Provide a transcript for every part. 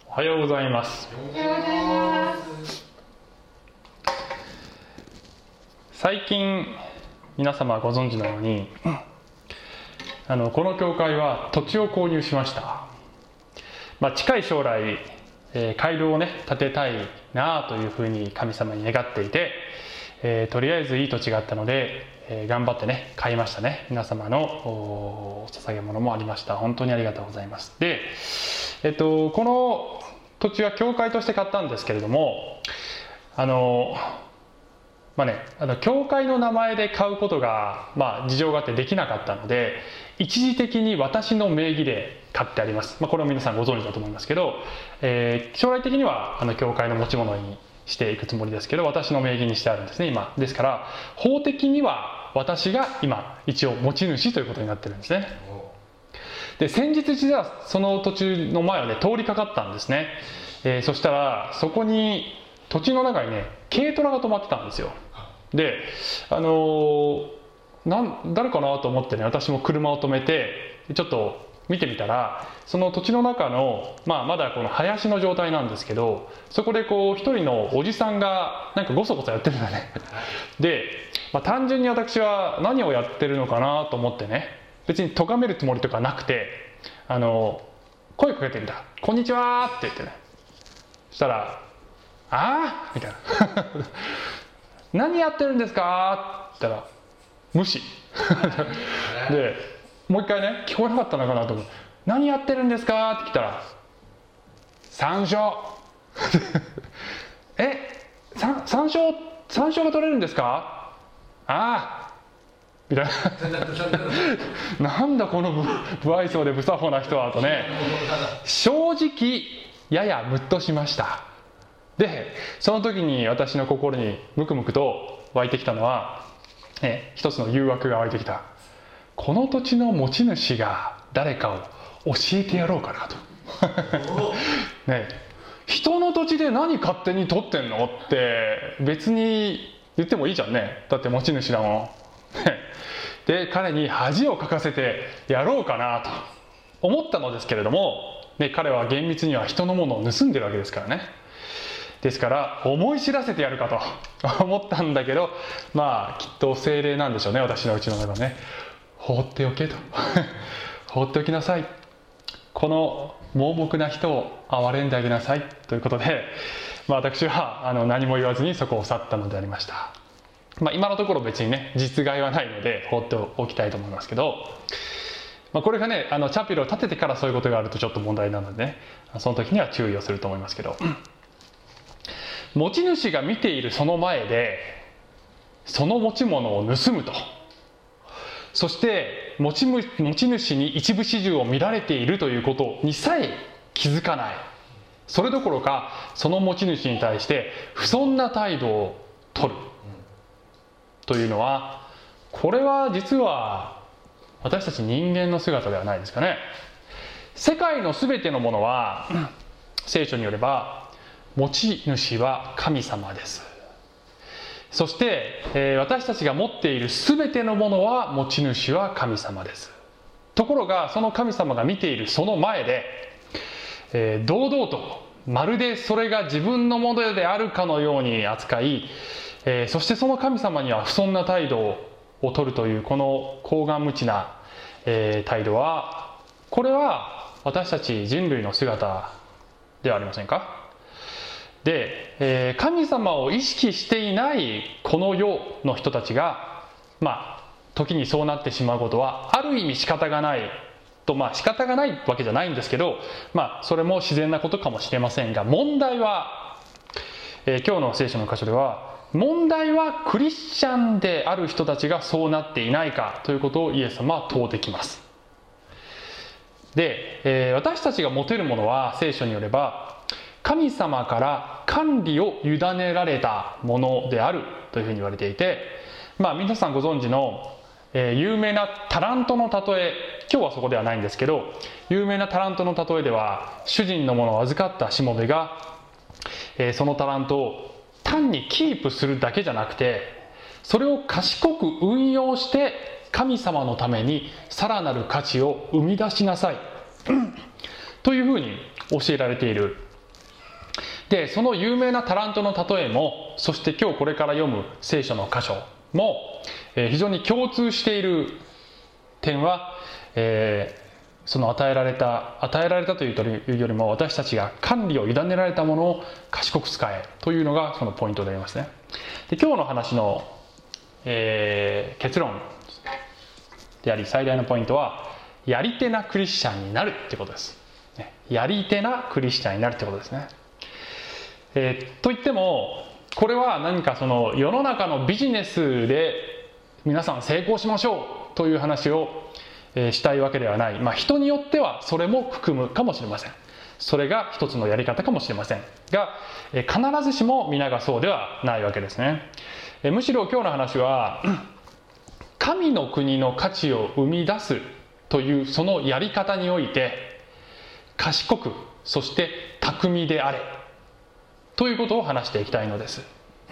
おはようございます。最近皆様ご存知のようにこの教会は土地を購入しました。近い将来、街道をね建てたいなというふうに神様に願っていて、とりあえずいい土地があったので、頑張ってね買いましたね。皆様のお捧げ物もありました。本当にありがとうございます。で、この土地は教会として買ったんですけれども、教会の名前で買うことが、事情があってできなかったので、一時的に私の名義で買ってあります。これは皆さんご存知だと思いますけど、将来的には教会の持ち物にしていくつもりですけど、私の名義にしてあるんですね、今。ですから、法的には私が今、一応持ち主ということになってるんですね。で、先日実はその土地の前をね、通りかかったんですね。そしたら、そこに、土地の中にね、軽トラが止まってたんですよ。で、誰かなと思ってね、私も車を止めてちょっと見てみたら、その土地の中の、まだこの林の状態なんですけど、そこでこう一人のおじさんがなんかゴソゴソやってるんだね。で、単純に私は何をやってるのかなと思ってね、別に咎めるつもりとかなくて、声かけてみた。こんにちはって言ってね。そしたら、あーみたいな。何やってるんですかって言ったら、無視。で、もう一回ね、聞こえなかったのかなと思う。何やってるんですかって来たら、山椒。山椒が取れるんですか？ああみたいな。なんだこの不愛想で不作法な人はとね、正直ややムッとしました。で、その時に私の心にムクムクと湧いてきたのは、一つの誘惑が湧いてきた。この土地の持ち主が誰かを教えてやろうかなと。ね、人の土地で何勝手に取ってんのって別に言ってもいいじゃんね。だって持ち主だもん。で、彼に恥をかかせてやろうかなと思ったのですけれども、彼は厳密には人のものを盗んでるわけですからね。ですから思い知らせてやるかと思ったんだけど、きっと精霊なんでしょうね、私のうちの中ね。放っておけと。放っておきなさい。この盲目な人を憐れんであげなさいということで、私は何も言わずにそこを去ったのでありました。今のところ別にね実害はないので放っておきたいと思いますけど、これがねチャペルを建ててからそういうことがあるとちょっと問題なのでね、その時には注意をすると思いますけど、持ち主が見ているその前でその持ち物を盗むと、そして持ち主に一部始終を見られているということにさえ気づかない、それどころかその持ち主に対して不遜な態度を取るというのは、これは実は私たち人間の姿ではないですかね。世界の全てのものは聖書によれば持ち主は神様です。そして、私たちが持っている全てのものは持ち主は神様です。ところがその神様が見ているその前で、堂々とまるでそれが自分のものであるかのように扱い、そしてその神様には不遜な態度を取るというこの厚顔無知な、態度は、これは私たち人類の姿ではありませんか？で、神様を意識していないこの世の人たちが時にそうなってしまうことはある意味仕方がないと、仕方がないわけじゃないんですけど、それも自然なことかもしれませんが、問題は、今日の聖書の箇所では問題はクリスチャンである人たちがそうなっていないかということをイエス様は問うてきます。で、私たちが持てるものは聖書によれば神様から管理を委ねられたものであるというふうに言われていて、皆さんご存知の、有名なタラントの例え、今日はそこではないんですけど、有名なタラントの例えでは、主人のものを預かったしもべが、そのタラントを単にキープするだけじゃなくて、それを賢く運用して神様のためにさらなる価値を生み出しなさいというふうに教えられているでその有名なタラントの例えも、そして今日これから読む聖書の箇所も、非常に共通している点は、その与えられたというよりも、私たちが管理を委ねられたものを賢く使えというのがそのポイントでありますね。で今日の話の、結論であり最大のポイントは、やり手なクリスチャンになるってことです。やり手なクリスチャンになるってことですね。といってもこれは何かその世の中のビジネスで皆さん成功しましょうという話をしたいわけではない。人によってはそれも含むかもしれません。それが一つのやり方かもしれませんが、必ずしも皆がそうではないわけですね。むしろ今日の話は神の国の価値を生み出すというそのやり方において、賢くそして巧みであれということを話していきたいのです。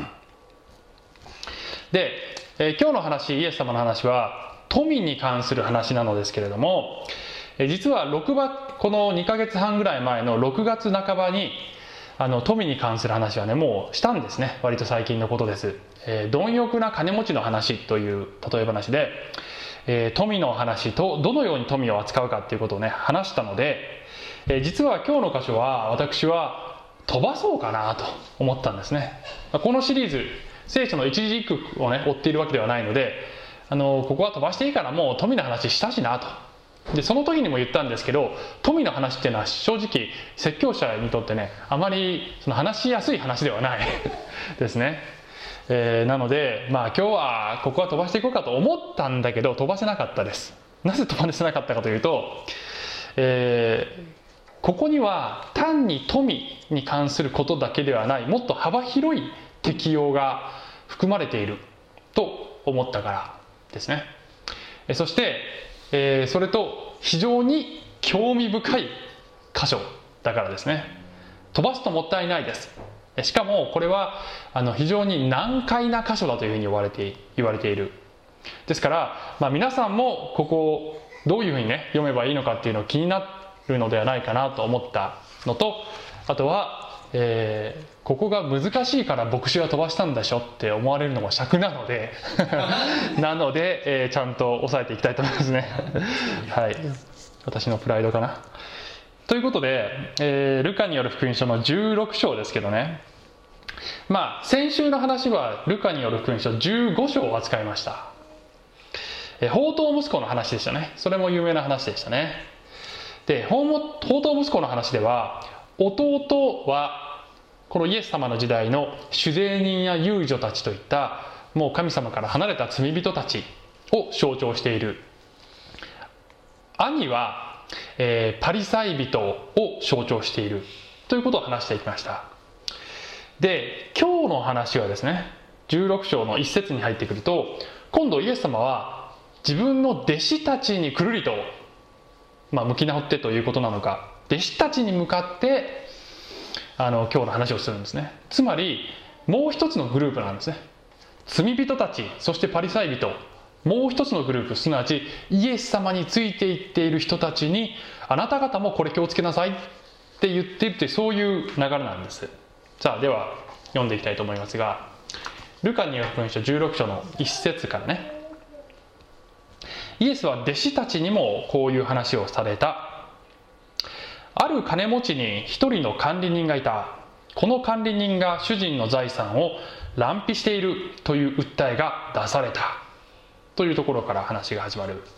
で、今日の話、イエス様の話は富に関する話なのですけれども、実はこの2ヶ月半ぐらい前の6月半ばに富に関する話はねもうしたんですね。割と最近のことです。貪欲な金持ちの話という例え話で、富の話とどのように富を扱うかということをね話したので、実は今日の箇所は私は飛ばそうかなと思ったんですね。このシリーズ聖書の一字一句をね追っているわけではないので、ここは飛ばしていいからもう富の話したしなと。でその時にも言ったんですけど、富の話っていうのは正直説教者にとってねあまり話しやすい話ではないですね。なので今日はここは飛ばしていこうかと思ったんだけど飛ばせなかったです。なぜ飛ばせなかったかというと、ここには単に富に関することだけではない、もっと幅広い適用が含まれていると思ったからですね。そしてそれと非常に興味深い箇所だからですね。飛ばすともったいないです。しかもこれは非常に難解な箇所だというふうに言われている。ですから、皆さんもここをどういうふうにね読めばいいのかっていうのを気になるのではないかなと思ったのと、あとは、ここが難しいから牧師は飛ばしたんでしょって思われるのも尺なのでちゃんと抑えていきたいと思いますねはい、私のプライドかな。ということで、ルカによる福音書の16章ですけどね、先週の話はルカによる福音書15章を扱いました。放蕩息子の話でしたね。それも有名な話でしたね。で放蕩息子の話では、弟はこのイエス様の時代の主税人や遊女たちといったもう神様から離れた罪人たちを象徴している。兄は、パリサイ人を象徴しているということを話していきました。で今日の話はですね、16章の一節に入ってくると、今度イエス様は自分の弟子たちにくるりと、向き直ってということなのか、弟子たちに向かって今日の話をするんですね。つまりもう一つのグループなんですね。罪人たち、そしてパリサイ人、もう一つのグループ、すなわちイエス様についていっている人たちに、あなた方もこれ気をつけなさいって言っているという、そういう流れなんです。さあでは読んでいきたいと思いますが、ルカによる福音書16章の1節からね。イエスは弟子たちにもこういう話をされた。ある金持ちに一人の管理人がいた。この管理人が主人の財産を乱費しているという訴えが出されたというところから話が始まる。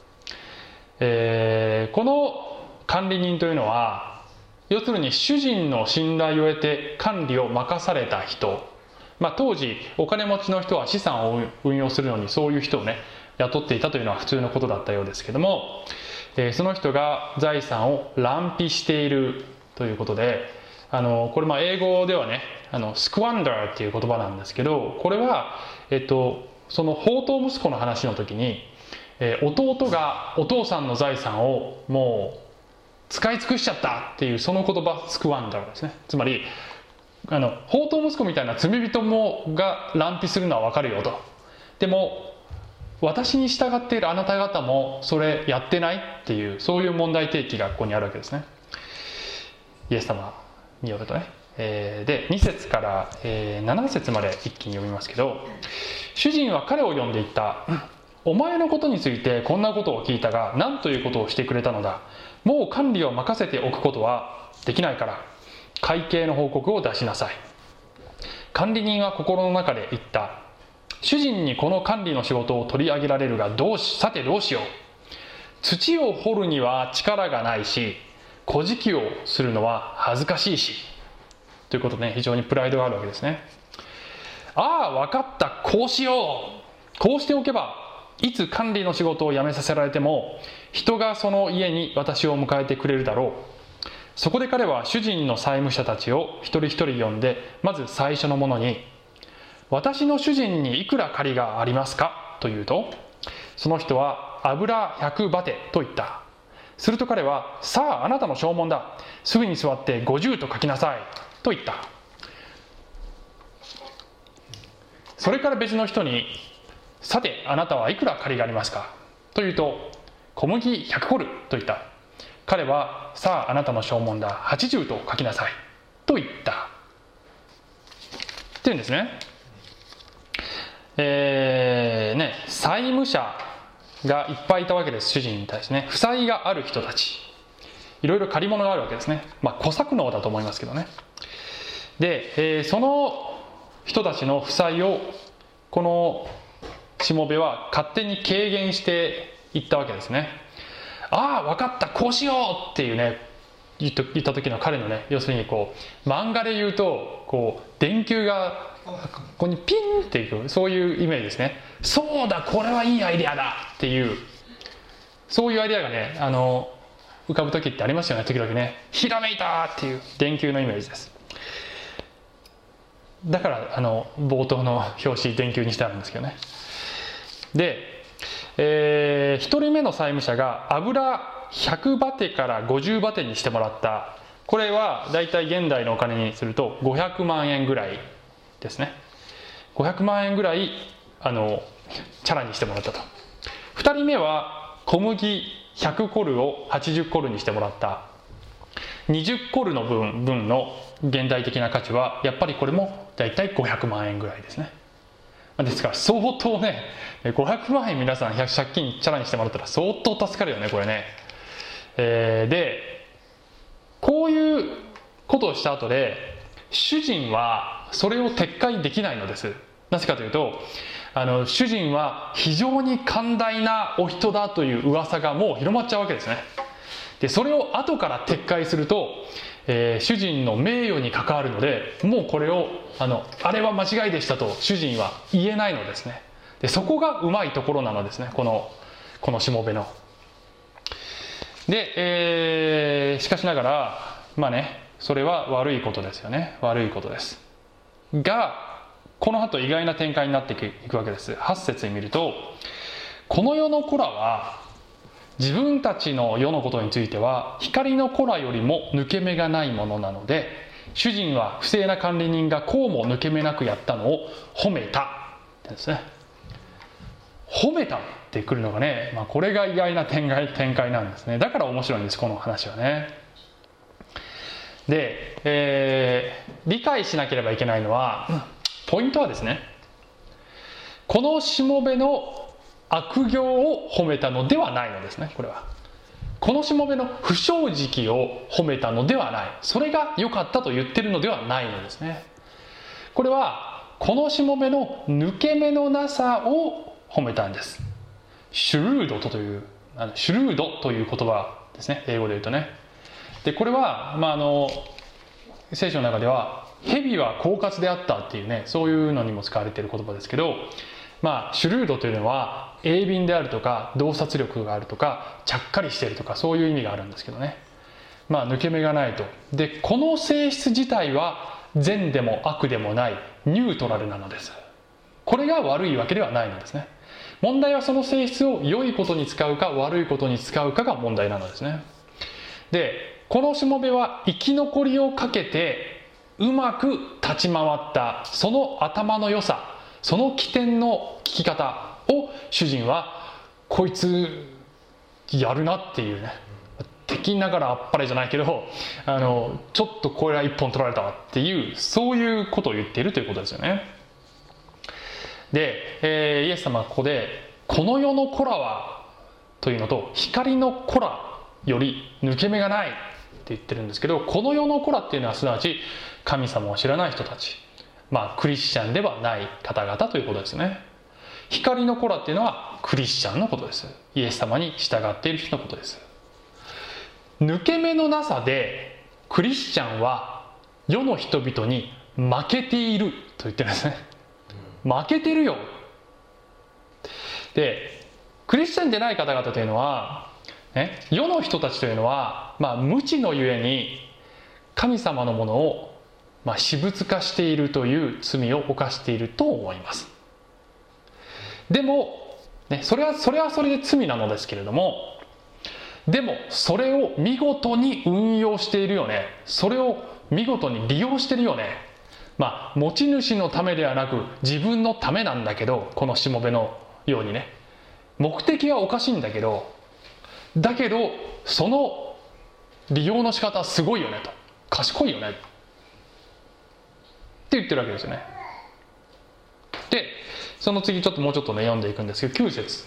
この管理人というのは、要するに主人の信頼を得て管理を任された人、当時お金持ちの人は資産を運用するのにそういう人をね雇っていたというのは普通のことだったようですけども、その人が財産を乱費しているということで、これ英語ではねスクワンダーっていう言葉なんですけど、これは、その放蕩息子の話の時に、弟がお父さんの財産をもう使い尽くしちゃったっていうその言葉、スクワンダーですね。つまり放蕩息子みたいな罪人が乱費するのは分かるよと。でも私に従っているあなた方もそれやってないっていう、そういう問題提起がここにあるわけですね。イエス様によるとね。 で2節から、7節まで一気に読みますけど、主人は彼を呼んで言った。お前のことについてこんなことを聞いたが、何ということをしてくれたのだ。もう管理を任せておくことはできないから、会計の報告を出しなさい。管理人は心の中で言った。主人にこの管理の仕事を取り上げられるが、さてどうしよう。土を掘るには力がないし、小敷をするのは恥ずかしいし。ということで、非常にプライドがあるわけですね。ああ、分かった。こうしよう。こうしておけば、いつ管理の仕事を辞めさせられても、人がその家に私を迎えてくれるだろう。そこで彼は主人の債務者たちを一人一人呼んで、まず最初のものに、私の主人にいくら借りがありますかと言うと、その人は油100バテと言った。すると彼は、さああなたの証文だ。すぐに座って50と書きなさいと言った。それから別の人に、さてあなたはいくら借りがありますかと言うと、小麦100コルと言った。彼は、さああなたの証文だ。80と書きなさいと言った。っていうんですね。債務者がいっぱいいたわけです。主人に対してね、負債がある人たち、いろいろ借り物があるわけですね。小作農だと思いますけどね。で、その人たちの負債をこのしもべは勝手に軽減していったわけですね。ああ分かった、こうしようっていうね、言った時の彼のね、要するに漫画で言うと電球がここにピンっていく、そういうイメージですね。そうだ、これはいいアイデアだっていう、そういうアイデアがね、浮かぶ時ってありますよね。時々ね、ひらめいたっていう電球のイメージです。だから冒頭の表紙電球にしてあるんですけどね。で、1人目の債務者が油100バテから50バテにしてもらった。これはだいたい現代のお金にすると500万円ぐらいですね。500万円ぐらいチャラにしてもらったと。2人目は小麦100コルを80コルにしてもらった。20コルの分の現代的な価値はやっぱりこれもだいたい500万円ぐらいですね。ですから相当ね、500万円皆さん借金チャラにしてもらったら相当助かるよね、これね。でこういうことをした後で主人はそれを撤回できないのです。なぜかというと、主人は非常に寛大なお人だという噂がもう広まっちゃうわけですね。でそれを後から撤回すると、主人の名誉に関わるので、もうこれをあれは間違いでしたと主人は言えないのですね。でそこがうまいところなのですね、このしもべの。で、しかしながらそれは悪いことですよね。悪いことですが、この後意外な展開になっていくわけです。8節に見ると、この世の子らは自分たちの世のことについては光の子らよりも抜け目がないものなので、主人は不正な管理人がこうも抜け目なくやったのを褒めたってですね。褒めたってくるのがね、これが意外な展開なんですね。だから面白いんです、この話はね。で、理解しなければいけないのは、ポイントはですね、このしもべの悪行を褒めたのではないのですね。これはこのしもべの不正直を褒めたのではない、それが良かったと言ってるのではないのですね。これはこのしもべの抜け目のなさを褒めたんです。シュルードという言葉ですね、英語で言うとね。でこれは、聖書の中では蛇は狡猾であったっていうね、そういうのにも使われている言葉ですけど、シュルードというのは鋭敏であるとか洞察力があるとかちゃっかりしているとか、そういう意味があるんですけどね。抜け目がないと。でこの性質自体は善でも悪でもないニュートラルなのです。これが悪いわけではないのですね。問題はその性質を良いことに使うか悪いことに使うかが問題なのですね。でこのしもべは生き残りをかけてうまく立ち回った、その頭の良さ、その起点の聞き方を主人はこいつやるなっていうね、 敵ながらあっぱれじゃないけどちょっとこれは一本取られたわっていう、そういうことを言っているということですよね。で、イエス様はここでこの世の子らはというのと光の子らより抜け目がないって言ってるんですけど、この世の子らっていうのはすなわち神様を知らない人たち、クリスチャンではない方々ということですね。光の子らっていうのはクリスチャンのことです。イエス様に従っている人のことです。抜け目のなさでクリスチャンは世の人々に負けていると言ってるんですね。負けてるよ。で、クリスチャンでない方々というのは、世の人たちというのは、無知のゆえに神様のものを、私物化しているという罪を犯していると思います。でも、それはそれで罪なのですけれども、でもそれを見事に運用しているよね。それを見事に利用しているよね。持ち主のためではなく自分のためなんだけど、このしもべのようにね、目的はおかしいんだけど、その利用の仕方はすごいよねと、賢いよねって言ってるわけですよね。で、その次もうちょっとね読んでいくんですけど、9節。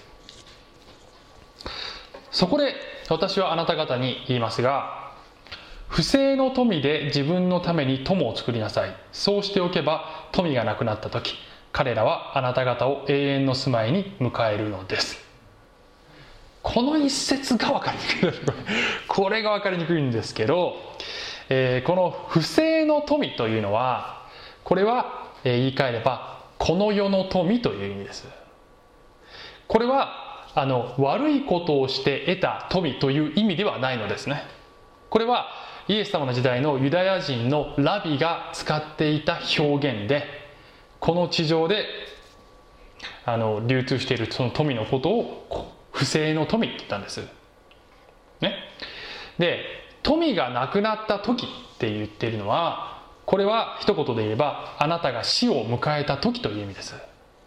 そこで私はあなた方に言いますが、不正の富で自分のために友を作りなさい。そうしておけば富がなくなった時、彼らはあなた方を永遠の住まいに迎えるのです。この一節が分かりにくい。これが分かりにくいんですけど、この不正の富というのは、これは言い換えればこの世の富という意味です。これは悪いことをして得た富という意味ではないのですね。これはイエス様の時代のユダヤ人のラビが使っていた表現で、この地上で流通しているその富のことを不正の富って言ったんです、ね。で、富がなくなった時って言っているのは、これは一言で言えばあなたが死を迎えた時という意味です。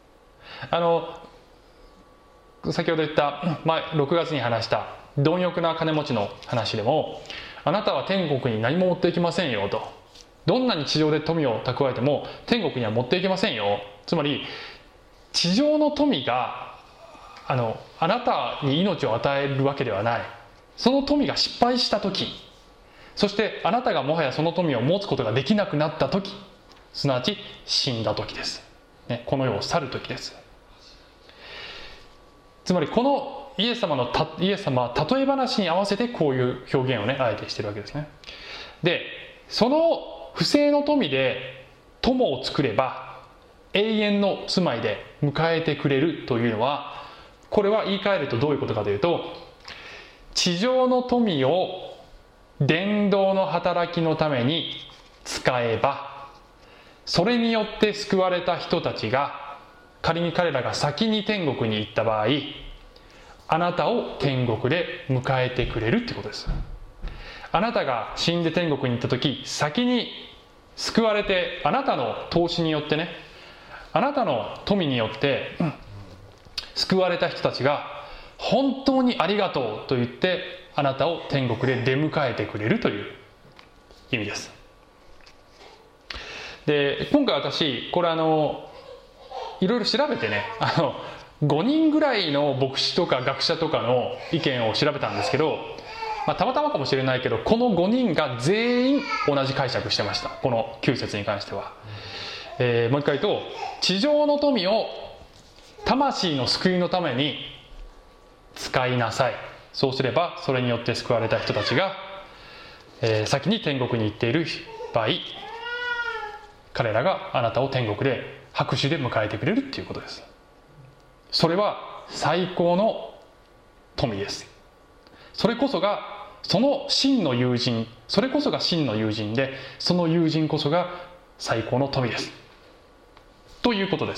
先ほど言った6月に話した貪欲な金持ちの話でも、あなたは天国に何も持っていきませんよと、どんなに地上で富を蓄えても天国には持っていきませんよ。つまり地上の富があなたに命を与えるわけではない。その富が失敗した時、そしてあなたがもはやその富を持つことができなくなった時、すなわち死んだ時です、この世を去る時です。つまりこのイエス様は例え話に合わせてこういう表現をあえてしてるわけですね。で、その不正の富で友を作れば永遠の住まいで迎えてくれるというのは、これは言い換えるとどういうことかというと、地上の富を伝道の働きのために使えば、それによって救われた人たちが、仮に彼らが先に天国に行った場合、あなたを天国で迎えてくれるってことです。あなたが死んで天国に行った時、先に救われて、あなたの投資によってあなたの富によって救われた人たちが本当にありがとうと言ってあなたを天国で出迎えてくれるという意味です。で、今回私これいろいろ調べて5人ぐらいの牧師とか学者とかの意見を調べたんですけど、たまたまかもしれないけど、この5人が全員同じ解釈してました。この9節に関しては、もう一回言うと、地上の富を魂の救いのために使いなさい。そうすればそれによって救われた人たちが、先に天国に行っている場合、彼らがあなたを天国で拍手で迎えてくれるっていうことです。それは最高の富です。それこそが真の友人で、その友人こそが最高の富ですということです。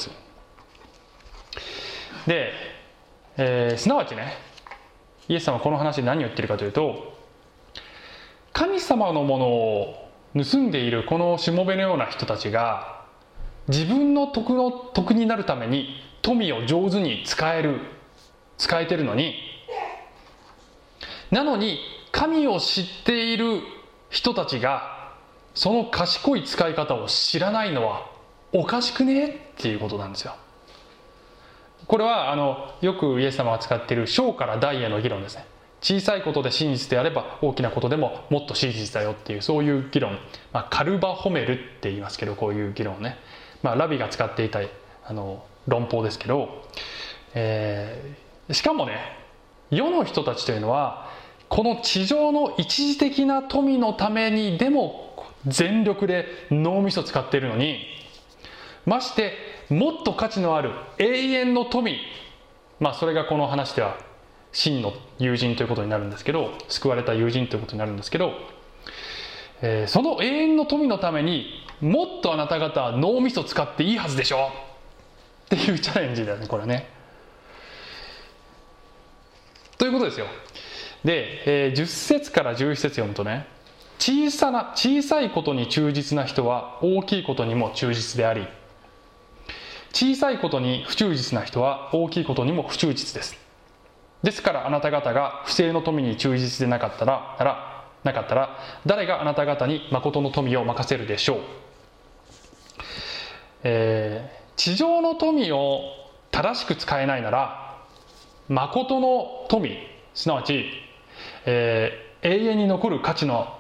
で、すなわちイエス様はこの話で何を言っているかというと、神様のものを盗んでいるこのしもべのような人たちが、自分の得になるために富を上手に使えてるのに、なのに神を知っている人たちがその賢い使い方を知らないのはおかしくねっていうことなんですよ。これはよくイエス様が使っている小から大への議論ですね。小さいことで真実であれば大きなことでももっと真実だよっていう、そういう議論、カルバホメルって言いますけど、こういう議論ね、ラビが使っていた論法ですけど、しかもね、世の人たちというのはこの地上の一時的な富のためにでも全力で脳みそ使っているのに、ましてもっと価値のある永遠の富、それがこの話では真の友人ということになるんですけど、救われた友人ということになるんですけど、その永遠の富のためにもっとあなた方は脳みそ使っていいはずでしょっていうチャレンジだよね、これね。ということですよ。で、10節から11節読むとね、小さいことに忠実な人は大きいことにも忠実であり、小さいことに不忠実な人は大きいことにも不忠実です。ですからあなた方が不正の富に忠実でなかったら誰があなた方に誠の富を任せるでしょう。地上の富を正しく使えないなら誠の富、すなわち、永遠に残る価値の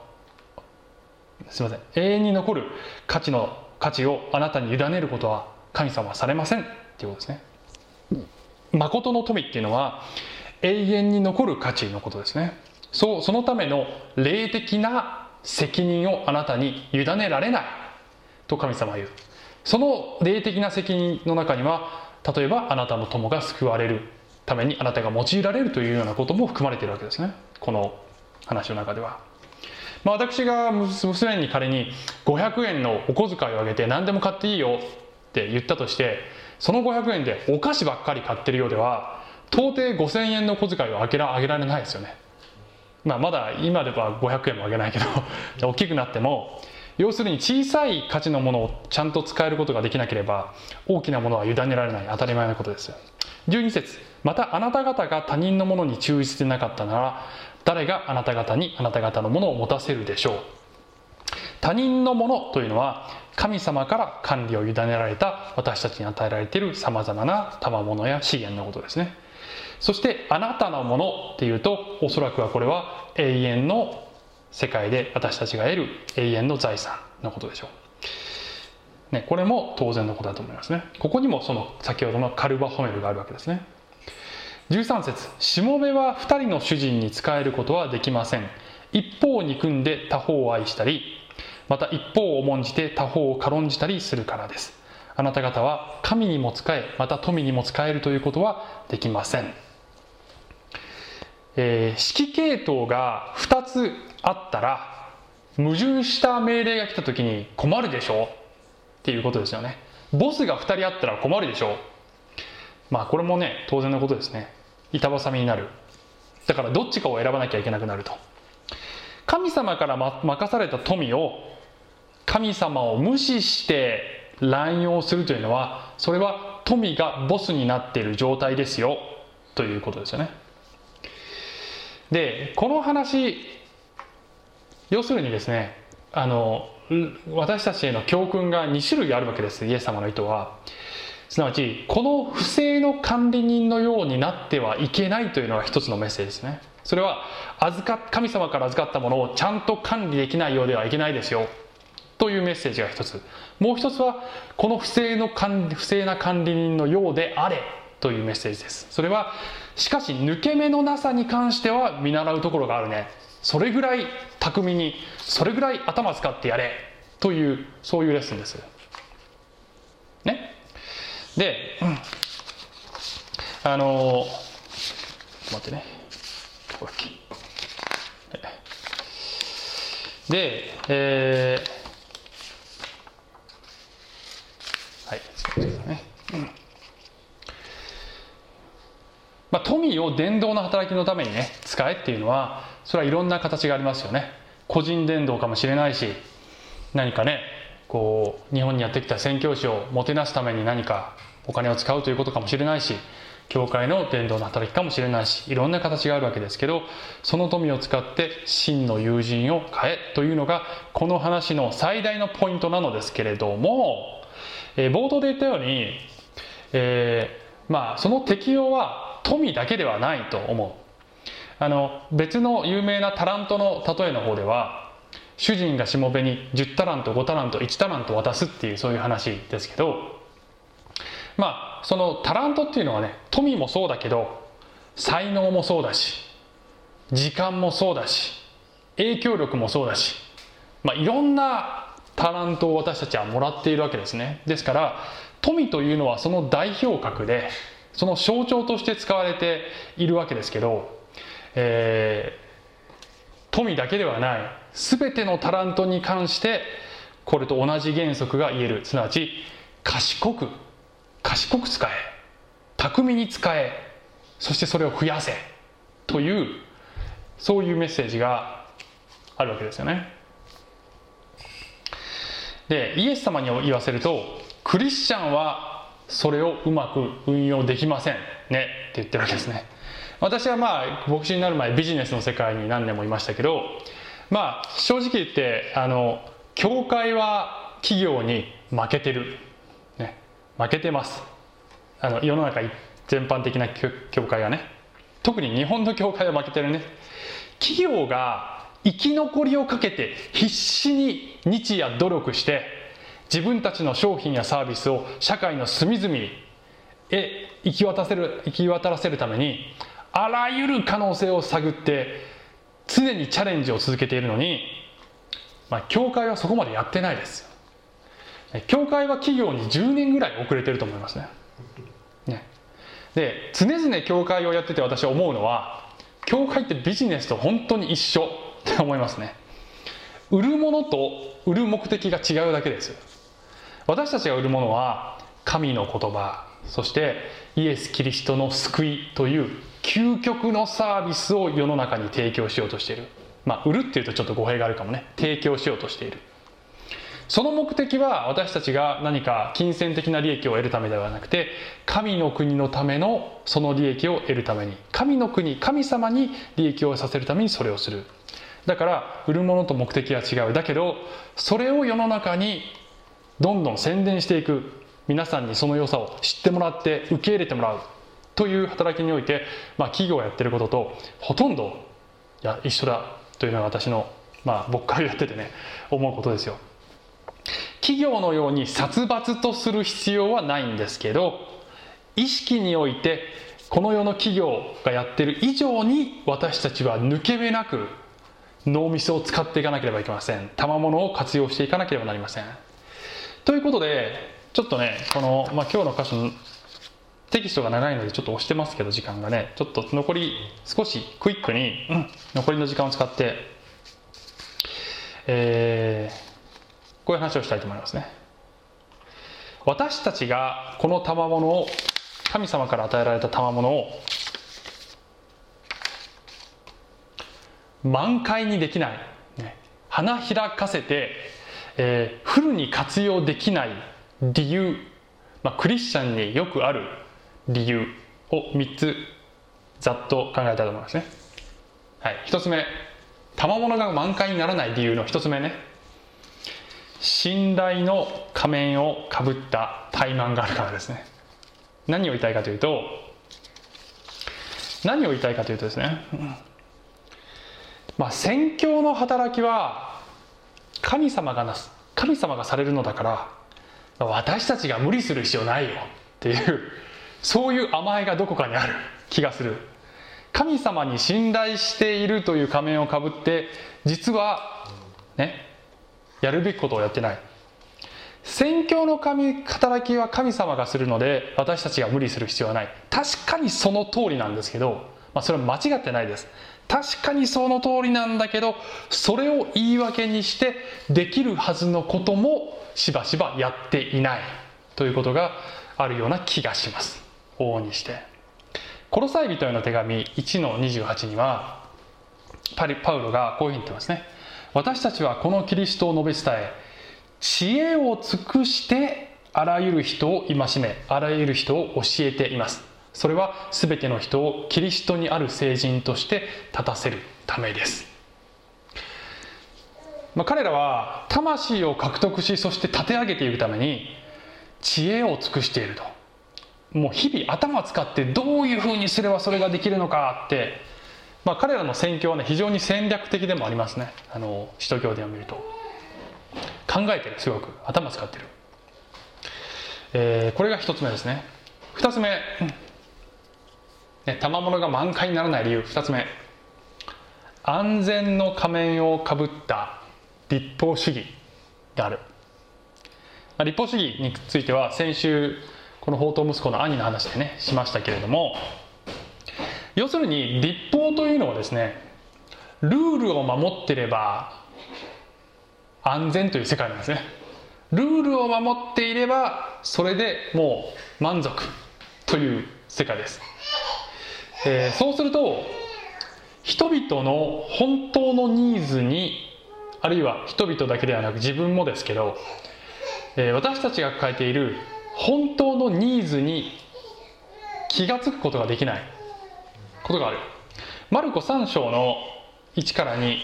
価値をあなたに委ねることは神様はされませんっていうことですね。誠の富っていうのは永遠に残る価値のことですね。そのための霊的な責任をあなたに委ねられないと神様は言う。その霊的な責任の中には、例えばあなたの友が救われるためにあなたが用いられるというようなことも含まれているわけですね、この話の中では。私が娘に仮に500円のお小遣いをあげて何でも買っていいよって言ったとして、その500円でお菓子ばっかり買ってるようでは到底5000円の小遣いをあげられないですよね。まだ今では500円もあげないけど大きくなっても、要するに小さい価値のものをちゃんと使えることができなければ大きなものは委ねられない、当たり前のことですよ。12節、またあなた方が他人のものに忠実でなかったなら誰があなた方にあなた方のものを持たせるでしょう。他人のものというのは神様から管理を委ねられた私たちに与えられているさまざまな賜物や資源のことですね。そしてあなたのものっていうと、おそらくはこれは永遠の世界で私たちが得る永遠の財産のことでしょう、これも当然のことだと思いますね。ここにもその先ほどのカルバホメルがあるわけですね。13節、しもべは2人の主人に仕えることはできません。一方を憎んで他方を愛したり、また一方を重んじて他方を軽んじたりするからです。あなた方は神にも仕え、また富にも仕えるということはできません。指揮系統が2つあったら矛盾した命令が来た時に困るでしょっていうことですよね。ボスが2人あったら困るでしょ。これもね当然のことですね。板挟みになる。だからどっちかを選ばなきゃいけなくなると。神様から任された富を神様を無視して乱用するというのは、それは富がボスになっている状態ですよということですよね。でこの話、要するにですね、私たちへの教訓が2種類あるわけです。イエス様の意図は、すなわちこの不正の管理人のようになってはいけないというのが一つのメッセージですね。それは神様から預かったものをちゃんと管理できないようではいけないですよというメッセージが一つ。もう一つはこの不正な管理人のようであれというメッセージです。それはしかし抜け目のなさに関しては見習うところがあるね、それぐらい巧みに、それぐらい頭使ってやれという、そういうレッスンですね。で、待ってね、ここだっけ。で、はい、そうですね。富を伝道の働きのためにね使えっていうのは、それはいろんな形がありますよね。個人伝道かもしれないし、何かねこう日本にやってきた宣教師をもてなすために何かお金を使うということかもしれないし、 教会の伝道の働きかもしれないし、いろんな形があるわけですけど、その富を使って真の友人を買えというのがこの話の最大のポイントなのですけれども、冒頭で言ったように、その適用は富だけではないと思う。別の有名なタラントの例えの方では、主人がしもべに10タラント5タラント1タラント渡すっていう、そういう話ですけど、そのタラントっていうのはね、富もそうだけど才能もそうだし、時間もそうだし、影響力もそうだし、いろんなタラントを私たちはもらっているわけですね。ですから富というのはその代表格で、その象徴として使われているわけですけど、富だけではない全てのタラントに関してこれと同じ原則が言える。すなわち賢く使え、巧みに使え、そしてそれを増やせという、そういうメッセージがあるわけですよね。で、イエス様に言わせると、クリスチャンはそれをうまく運用できませんねって言ってるわけですね。私は牧師になる前ビジネスの世界に何年もいましたけど、正直言って教会は企業に負けてる、ね、負けてます。世の中全般的な教会がね、特に日本の教会は負けてるね。企業が生き残りをかけて必死に日夜努力して自分たちの商品やサービスを社会の隅々へ行き渡らせるためにあらゆる可能性を探って常にチャレンジを続けているのに、教会はそこまでやってないですよ。教会は企業に10年ぐらい遅れてると思いますね。で、常々教会をやってて私は思うのは、教会ってビジネスと本当に一緒って思いますね。売るものと売る目的が違うだけですよ。私たちが売るものは神の言葉、そしてイエス・キリストの救いという究極のサービスを世の中に提供しようとしている。売るっていうとちょっと語弊があるかもね。提供しようとしている。その目的は私たちが何か金銭的な利益を得るためではなくて、神の国のためのその利益を得るために、神の国、神様に利益をさせるためにそれをする。だから売るものと目的は違う。だけどそれを世の中にどんどん宣伝していく、皆さんにその良さを知ってもらって受け入れてもらうという働きにおいて、企業がやってることとほとんど一緒だというのが私の牧会をやっててね、思うことですよ。企業のように殺伐とする必要はないんですけど、意識においてこの世の企業がやっている以上に私たちは抜け目なく脳みそを使っていかなければいけません。賜物を活用していかなければなりません。ということでちょっとね、この、今日の箇所のテキストが長いのでちょっと押してますけど、時間がねちょっと残り少しクイックに、残りの時間を使ってこういう話をしたいと思いますね。私たちがこの賜物を、神様から与えられた賜物を満開にできない、花開かせて、フルに活用できない理由、クリスチャンによくある理由を3つざっと考えたいと思いますね。1つ目、賜物が満開にならない理由の1つ目ね、信頼の仮面をかぶった怠慢があるからですね。何を言いたいかというとですね、宣教の働きは神様がされるのだから私たちが無理する必要ないよっていう、そういう甘えがどこかにある気がする。神様に信頼しているという仮面をかぶって実はね、やるべきことをやってない。宣教の働きは神様がするので私たちが無理する必要はない。確かにその通りなんですけど、それは間違ってないです。確かにその通りなんだけど、それを言い訳にしてできるはずのこともしばしばやっていないということがあるような気がします。往々にしてコロサイ人への手紙 1-28 にはパウロがこういうふうに言ってますね。私たちはこのキリストを述べ伝え、知恵を尽くしてあらゆる人を戒め、あらゆる人を教えています。 それは全ての人をキリストにある聖人として立たせるためです。彼らは魂を獲得し、そして立て上げていくために知恵を尽くしていると。もう日々頭を使ってどういうふうにすればそれができるのかって、彼らの宣教はね、非常に戦略的でもありますね。使徒行伝を見ると考えてる、すごく頭使ってる。これが一つ目ですね。二つ目、賜物が満開にならない理由。二つ目、安全の仮面をかぶった立法主義である。立法主義については先週この放蕩息子の兄の話でねしましたけれども、要するに立法というのはですね、ルールを守っていれば安全という世界なんですね。ルールを守っていればそれでもう満足という世界です。そうすると人々の本当のニーズに、あるいは人々だけではなく自分もですけど、私たちが抱えている本当のニーズに気がつくことができないことがある。マルコ3章の1から2、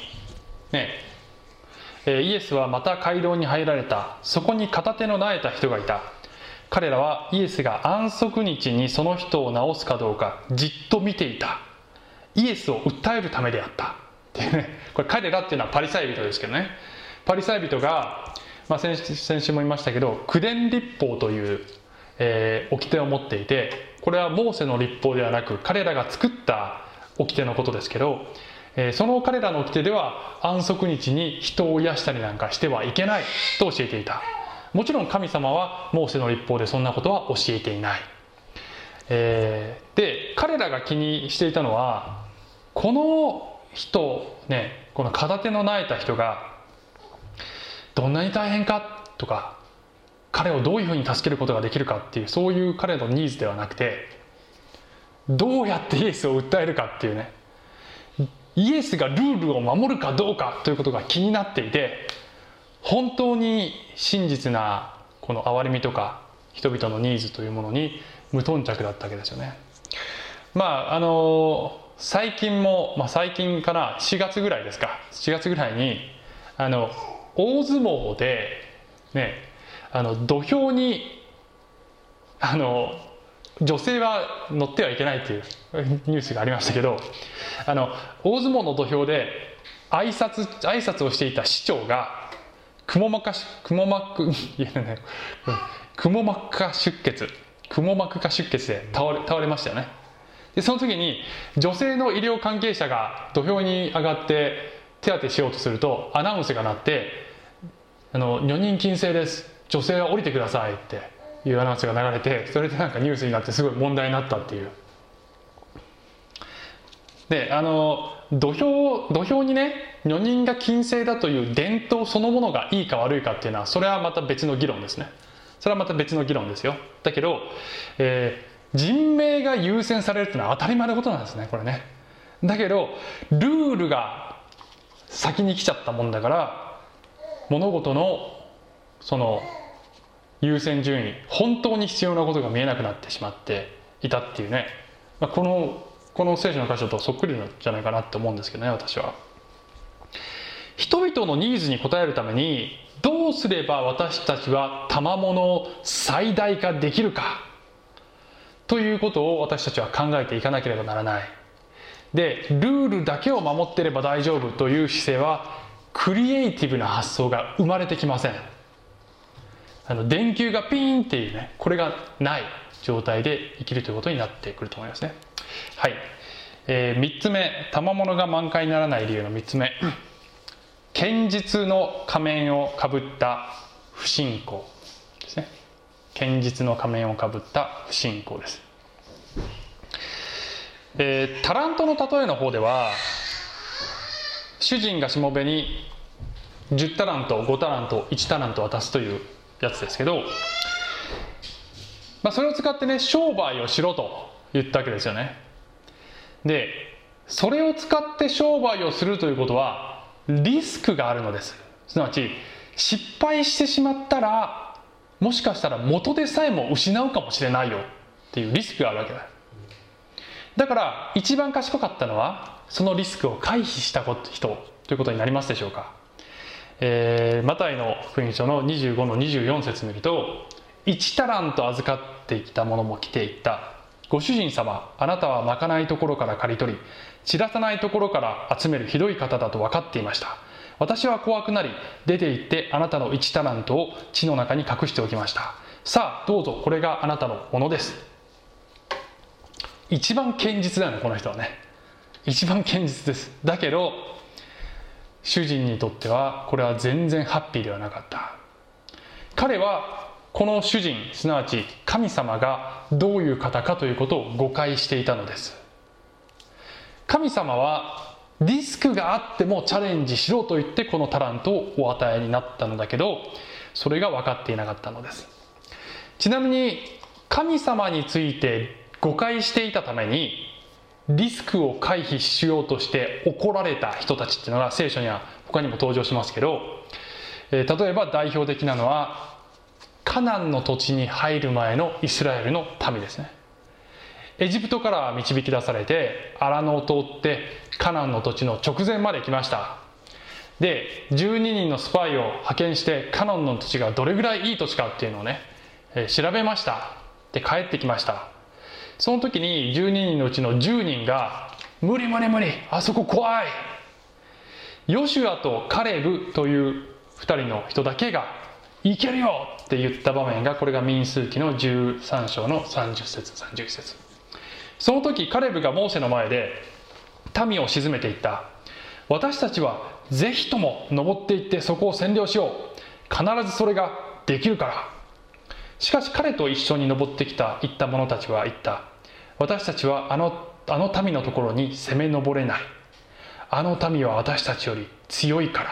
イエスはまた街道に入られた。そこに片手の萎えた人がいた。彼らはイエスが安息日にその人を治すかどうかじっと見ていた。イエスを訴えるためであったっていうね。これ彼らっていうのはパリサイ人ですけどね。パリサイ人が、先週も言いましたけど、九伝律法という、掟を持っていて、これはモーセの律法ではなく彼らが作った掟のことですけど、その彼らの掟では安息日に人を癒したりなんかしてはいけないと教えていた。もちろん神様はモーセの律法でそんなことは教えていない。で彼らが気にしていたのは、この人ね、この片手の萎えた人がどんなに大変かとか、彼をどういうふうに助けることができるかっていう、そういう彼のニーズではなくて、どうやってイエスを訴えるかっていうね、イエスがルールを守るかどうかということが気になっていて、本当に真実なこの憐れみとか人々のニーズというものに無頓着だったわけですよね。最近も、最近から4月ぐらいですか、4月ぐらいに大相撲でね、土俵に女性は乗ってはいけないというニュースがありましたけど、大相撲の土俵で挨拶をしていた市長がくも膜下出血で倒れましたよね。でその時に女性の医療関係者が土俵に上がって手当てしようとすると、アナウンスが鳴って、女人禁制です、女性は降りてくださいっていうアナウンスが流れて、それでなんかニュースになってすごい問題になったっていう。で土俵にね、女人が禁制だという伝統そのものがいいか悪いかっていうのは、それはまた別の議論ですね。それはまた別の議論ですよ。だけど、人命が優先されるっていうのは当たり前のことなんですね、これね。だけどルールが先に来ちゃったもんだから、物事のその優先順位、本当に必要なことが見えなくなってしまっていたっていうね、この聖書の箇所とそっくりなんじゃないかなって思うんですけどね、私は。人々のニーズに応えるためにどうすれば私たちは賜物を最大化できるかということを私たちは考えていかなければならない。でルールだけを守っていれば大丈夫という姿勢はクリエイティブな発想が生まれてきません。電球がピーンっていうね、これがない状態で生きるということになってくると思いますね。はい、3つ目、賜物が満開にならない理由の3つ目、堅実の仮面をかぶった不信仰ですね。堅実の仮面をかぶった不信仰です。タラントの例えの方では、主人がしもべに10タラント、5タラント、1タラント渡すというやつですけど、それを使ってね、商売をしろと言ったわけですよね。でそれを使って商売をするということはリスクがあるのです。すなわち失敗してしまったら、もしかしたら元でさえも失うかもしれないよっていうリスクがあるわけだ。 だから一番賢かったのはそのリスクを回避した人ということになりますでしょうか。マタイの福音書の25の24節見ると、1タラント預かってきた者も来ていった。ご主人様、あなたはまかないところから刈り取り、散らさないところから集めるひどい方だと分かっていました。私は怖くなり、出て行ってあなたの1タラントを地の中に隠しておきました。さあどうぞ、これがあなたのものです。一番堅実だよね、この人はね。一番堅実です。だけど主人にとってはこれは全然ハッピーではなかった。彼はこの主人、すなわち神様がどういう方かということを誤解していたのです。神様はリスクがあってもチャレンジしろと言ってこのタラントをお与えになったのだけど、それが分かっていなかったのです。ちなみに神様について誤解していたためにリスクを回避しようとして怒られた人たちっていうのが聖書には他にも登場しますけど、例えば代表的なのはカナンの土地に入る前のイスラエルの民ですね。エジプトから導き出されて荒野を通ってカナンの土地の直前まで来ました。で12人のスパイを派遣してカナンの土地がどれぐらいいい土地かっていうのをね、調べました。で帰ってきました。その時に12人のうちの10人が無理無理無理、あそこ怖い。ヨシュアとカレブという2人の人だけがいけるよって言った場面が、これが民数記の13章の30節31節。その時カレブがモーセの前で民を鎮めていった。私たちはぜひとも登っていってそこを占領しよう。必ずそれができるから。しかし彼と一緒に登って行った者たちは言った。私たちはあの民のところに攻め上れない。あの民は私たちより強いから。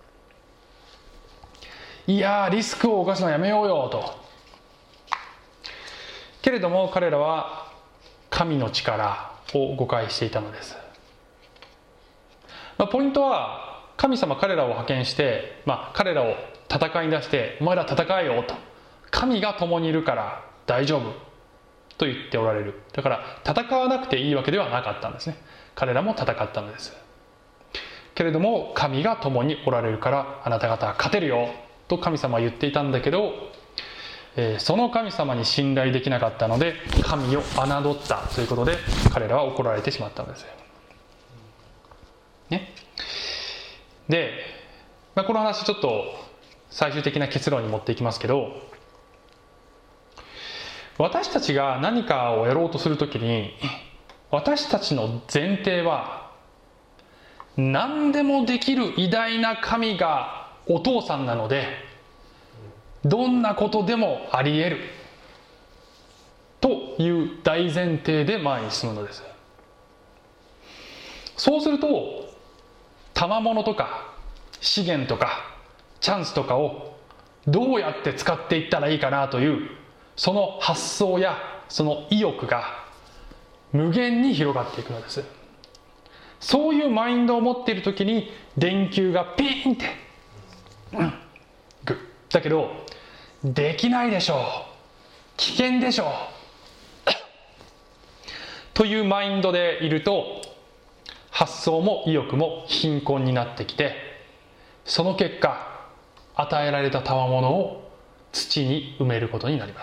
いやリスクを冒すのやめようよと。けれども彼らは神の力を誤解していたのです。ポイントは神様彼らを派遣して、彼らを戦いに出して、お前ら戦えよと。神が共にいるから大丈夫と言っておられる。だから戦わなくていいわけではなかったんですね。彼らも戦ったのです。けれども神が共におられるからあなた方は勝てるよと神様は言っていたんだけど、その神様に信頼できなかったので神を侮ったということで彼らは怒られてしまったんですね。で、この話ちょっと最終的な結論に持っていきますけど、私たちが何かをやろうとするときに私たちの前提は何でもできる偉大な神がお父さんなのでどんなことでもあり得るという大前提で前に進むのです。そうすると賜物とか資源とかチャンスとかをどうやって使っていったらいいかなというその発想やその意欲が無限に広がっていくのです。そういうマインドを持っているときに電球がピーンってだけどできないでしょう、危険でしょうというマインドでいると発想も意欲も貧困になってきて、その結果与えられた賜物を土に埋めることになります。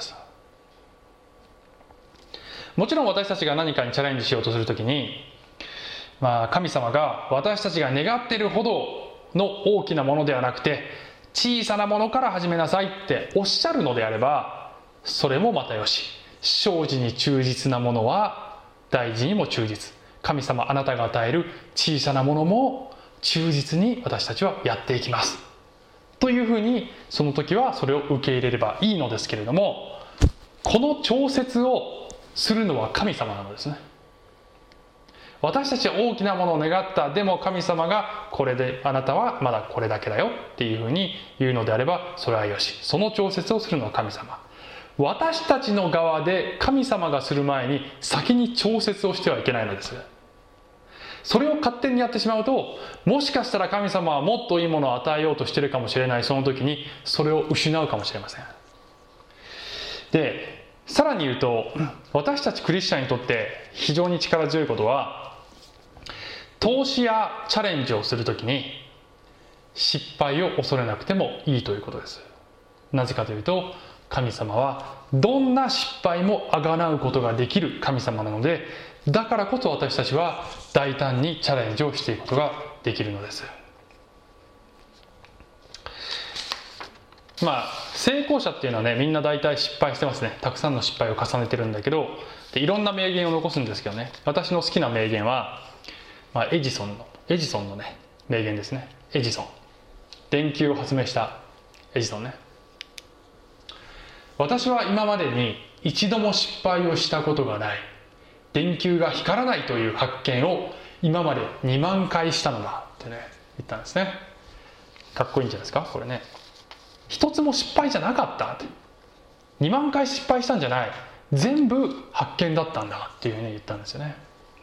もちろん私たちが何かにチャレンジしようとするときに、神様が私たちが願っているほどの大きなものではなくて小さなものから始めなさいっておっしゃるのであればそれもまたよし、小事に忠実なものは大事にも忠実、神様あなたが与える小さなものも忠実に私たちはやっていきますというふうに、その時はそれを受け入れればいいのですけれども、この調節をするのは神様なのですね。私たちは大きなものを願った。でも神様がこれであなたはまだこれだけだよっていうふうに言うのであればそれはよし、その調節をするのは神様。私たちの側で神様がする前に先に調節をしてはいけないのです。それを勝手にやってしまうと、もしかしたら神様はもっといいものを与えようとしているかもしれない。その時にそれを失うかもしれません。で、 さらに言うと、私たちクリスチャンにとって非常に力強いことは、投資やチャレンジをするときに失敗を恐れなくてもいいということです。なぜかというと、神様はどんな失敗もあがなうことができる神様なので、だからこそ私たちは大胆にチャレンジをしていくことができるのです。成功者っていうのはね、みんな大体失敗してますね。たくさんの失敗を重ねてるんだけど、でいろんな名言を残すんですけどね、私の好きな名言は、エジソンのね名言ですね。エジソン、電球を発明したエジソンね。私は今までに一度も失敗をしたことがない。電球が光らないという発見を今まで2万回したのだってね言ったんですね。かっこいいんじゃないですかこれね。一つも失敗じゃなかったって、2万回失敗したんじゃない、全部発見だったんだっていうふうに言ったんですよね。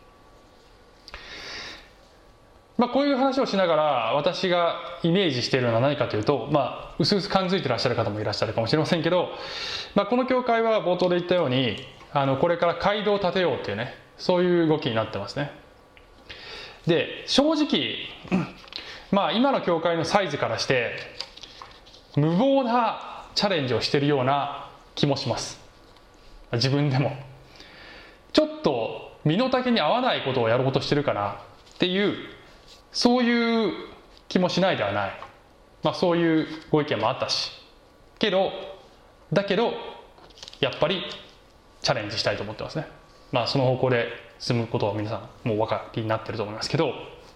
こういう話をしながら私がイメージしているのは何かというと、うすうす感づいてらっしゃる方もいらっしゃるかもしれませんけど、この教会は冒頭で言ったようにこれから街道を建てようっていうね、そういう動きになってますね。で正直今の教会のサイズからして無謀なチャレンジをしているような気もします。自分でもちょっと身の丈に合わないことをやろうとしてるかなっていう、そういう気もしないではない。そういうご意見もあったし、だけどやっぱりチャレンジしたいと思ってますね。その方向で進むことは皆さんもうお分かりになってると思いますけど、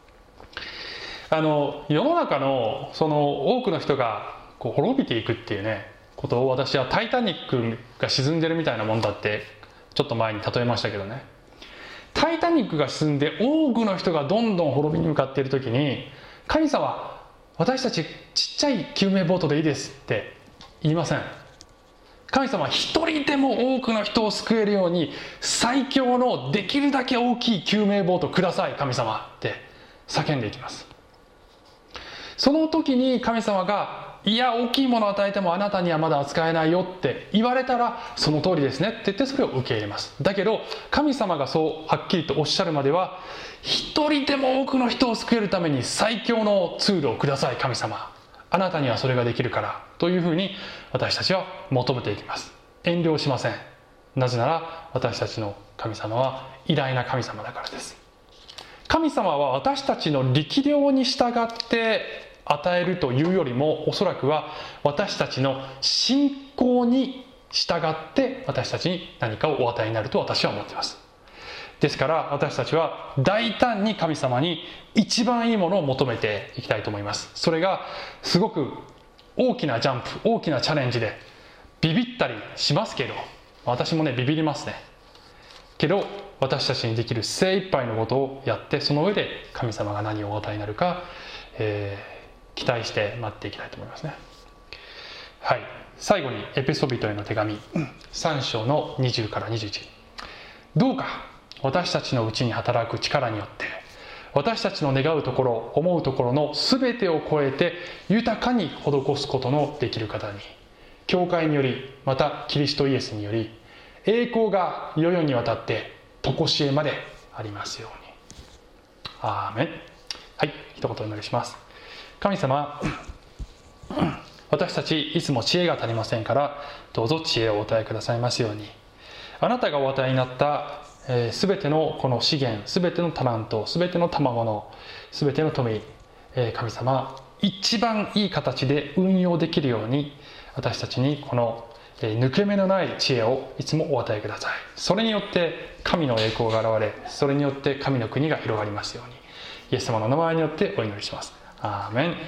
世の中のその多くの人が滅びていくっていうねことを、私はタイタニックが沈んでるみたいなもんだってちょっと前に例えましたけどね。タイタニックが沈んで多くの人がどんどん滅びに向かっている時に、神様私たちちっちゃい救命ボートでいいですって言いません。神様一人でも多くの人を救えるように最強のできるだけ大きい救命ボートください神様って叫んでいきます。その時に神様が、いや大きいものを与えてもあなたにはまだ扱えないよって言われたら、その通りですねって言ってそれを受け入れます。だけど神様がそうはっきりとおっしゃるまでは、一人でも多くの人を救えるために最強のツールをください神様、あなたにはそれができるからというふうに私たちは求めていきます。遠慮しません。なぜなら私たちの神様は偉大な神様だからです。神様は私たちの力量に従って与えるというよりも、おそらくは私たちの信仰に従って私たちに何かをお与えになると私は思っています。ですから私たちは大胆に神様に一番いいものを求めていきたいと思います。それがすごく大きなジャンプ、大きなチャレンジでビビったりしますけど、私もねビビりますね。けど私たちにできる精一杯のことをやって、その上で神様が何をお与えになるか、期待して待っていきたいと思いますね。はい、最後にエペソビトへの手紙3章の20から21。どうか私たちのうちに働く力によって、私たちの願うところ思うところの全てを超えて豊かに施すことのできる方に、教会によりまたキリストイエスにより栄光が世々にわたって常しえまでありますように。アーメン。はい、一言お祈りします。神様、私たちいつも知恵が足りませんから、どうぞ知恵をお与えくださいますように。あなたがお与えになったすべてのこの資源、すべてのタラント、すべての賜物、すべての富、神様一番いい形で運用できるように、私たちにこの抜け目のない知恵をいつもお与えください。それによって神の栄光が現れ、それによって神の国が広がりますように、イエス様の名前によってお祈りします。アーメン。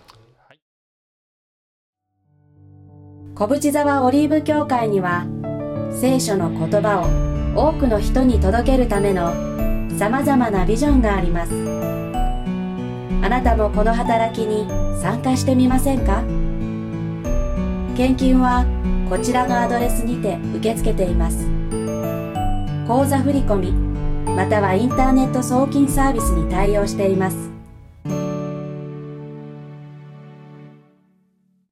小淵沢オリーブ教会には、聖書の言葉を多くの人に届けるためのさまざまなビジョンがあります。あなたもこの働きに参加してみませんか？献金はこちらのアドレスにて受け付けています。口座振込またはインターネット送金サービスに対応しています。